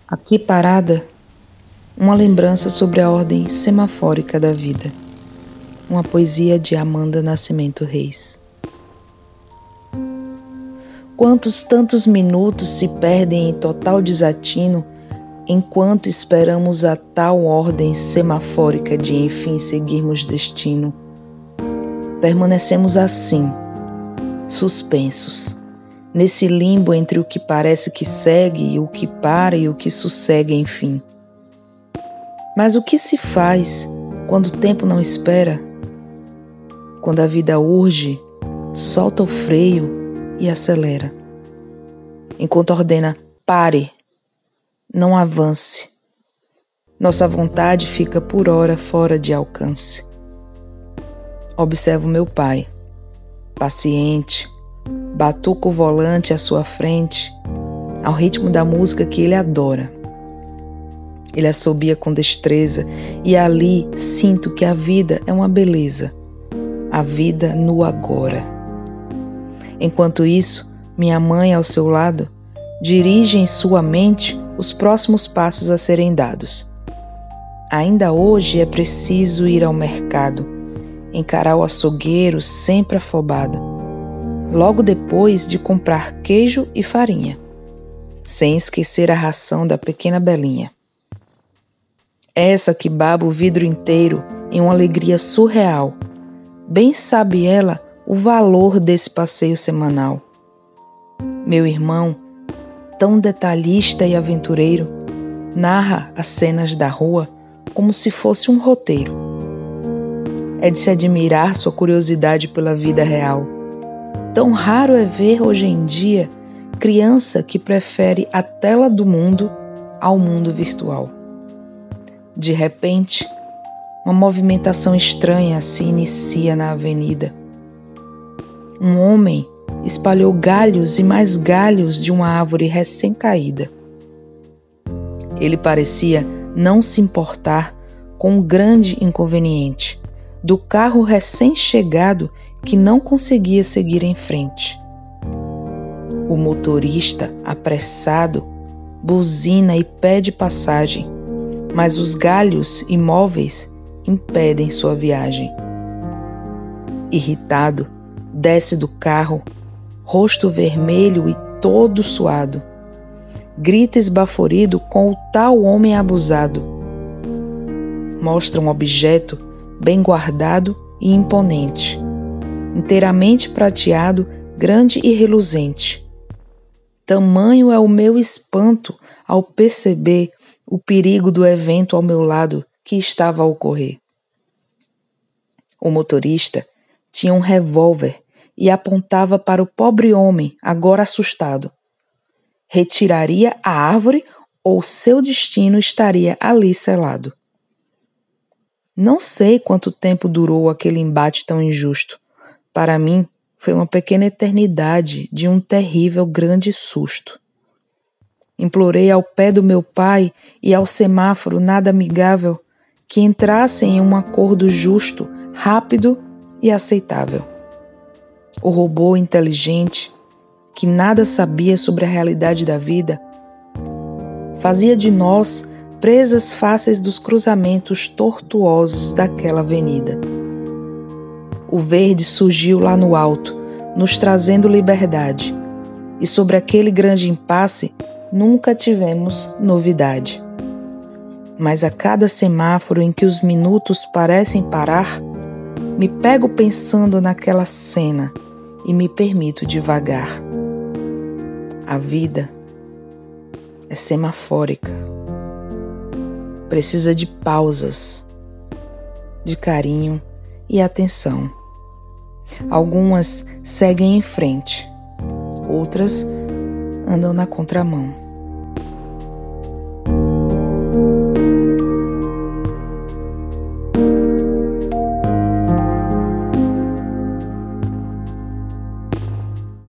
Aqui parada, uma lembrança sobre a ordem semafórica da vida. Uma poesia de Amanda Nascimento Reis. Quantos tantos minutos se perdem em total desatino enquanto esperamos a tal ordem semafórica de enfim seguirmos destino. Permanecemos assim, suspensos, nesse limbo entre o que parece que segue e o que para e o que sossegue, enfim. Mas o que se faz quando o tempo não espera? Quando a vida urge, solta o freio e acelera. Enquanto ordena, pare, não avance. Nossa vontade fica por hora fora de alcance. Observo meu pai, paciente, batuca o volante à sua frente, ao ritmo da música que ele adora. Ele assobia com destreza e ali sinto que a vida é uma beleza, a vida no agora. Enquanto isso, minha mãe ao seu lado dirige em sua mente os próximos passos a serem dados. Ainda hoje é preciso ir ao mercado, encarar o açougueiro sempre afobado, logo depois de comprar queijo e farinha, sem esquecer a ração da pequena Belinha. Essa que baba o vidro inteiro em uma alegria surreal. Bem sabe ela o valor desse passeio semanal. Meu irmão, tão detalhista e aventureiro, narra as cenas da rua como se fosse um roteiro. É de se admirar sua curiosidade pela vida real. Tão raro é ver hoje em dia criança que prefere a tela do mundo ao mundo virtual. De repente, uma movimentação estranha se inicia na avenida. Um homem espalhou galhos e mais galhos de uma árvore recém-caída. Ele parecia não se importar com o grande inconveniente do carro recém-chegado que não conseguia seguir em frente. O motorista, apressado, buzina e pede passagem, mas os galhos imóveis impedem sua viagem. Irritado, desce do carro, rosto vermelho e todo suado. Grita esbaforido com o tal homem abusado. Mostra um objeto bem guardado e imponente, inteiramente prateado, grande e reluzente. Tamanho é o meu espanto ao perceber o perigo do evento ao meu lado que estava a ocorrer. O motorista tinha um revólver e apontava para o pobre homem, agora assustado. Retiraria a árvore ou seu destino estaria ali selado. Não sei quanto tempo durou aquele embate tão injusto. Para mim, foi uma pequena eternidade de um terrível grande susto. Implorei ao pé do meu pai e ao semáforo nada amigável que entrassem em um acordo justo, rápido e aceitável. O robô inteligente, que nada sabia sobre a realidade da vida, fazia de nós presas fáceis dos cruzamentos tortuosos daquela avenida. O verde surgiu lá no alto, nos trazendo liberdade, e sobre aquele grande impasse nunca tivemos novidade. Mas a cada semáforo em que os minutos parecem parar, me pego pensando naquela cena e me permito divagar. A vida é semafórica. Precisa de pausas, de carinho e atenção. Algumas seguem em frente, outras andam na contramão.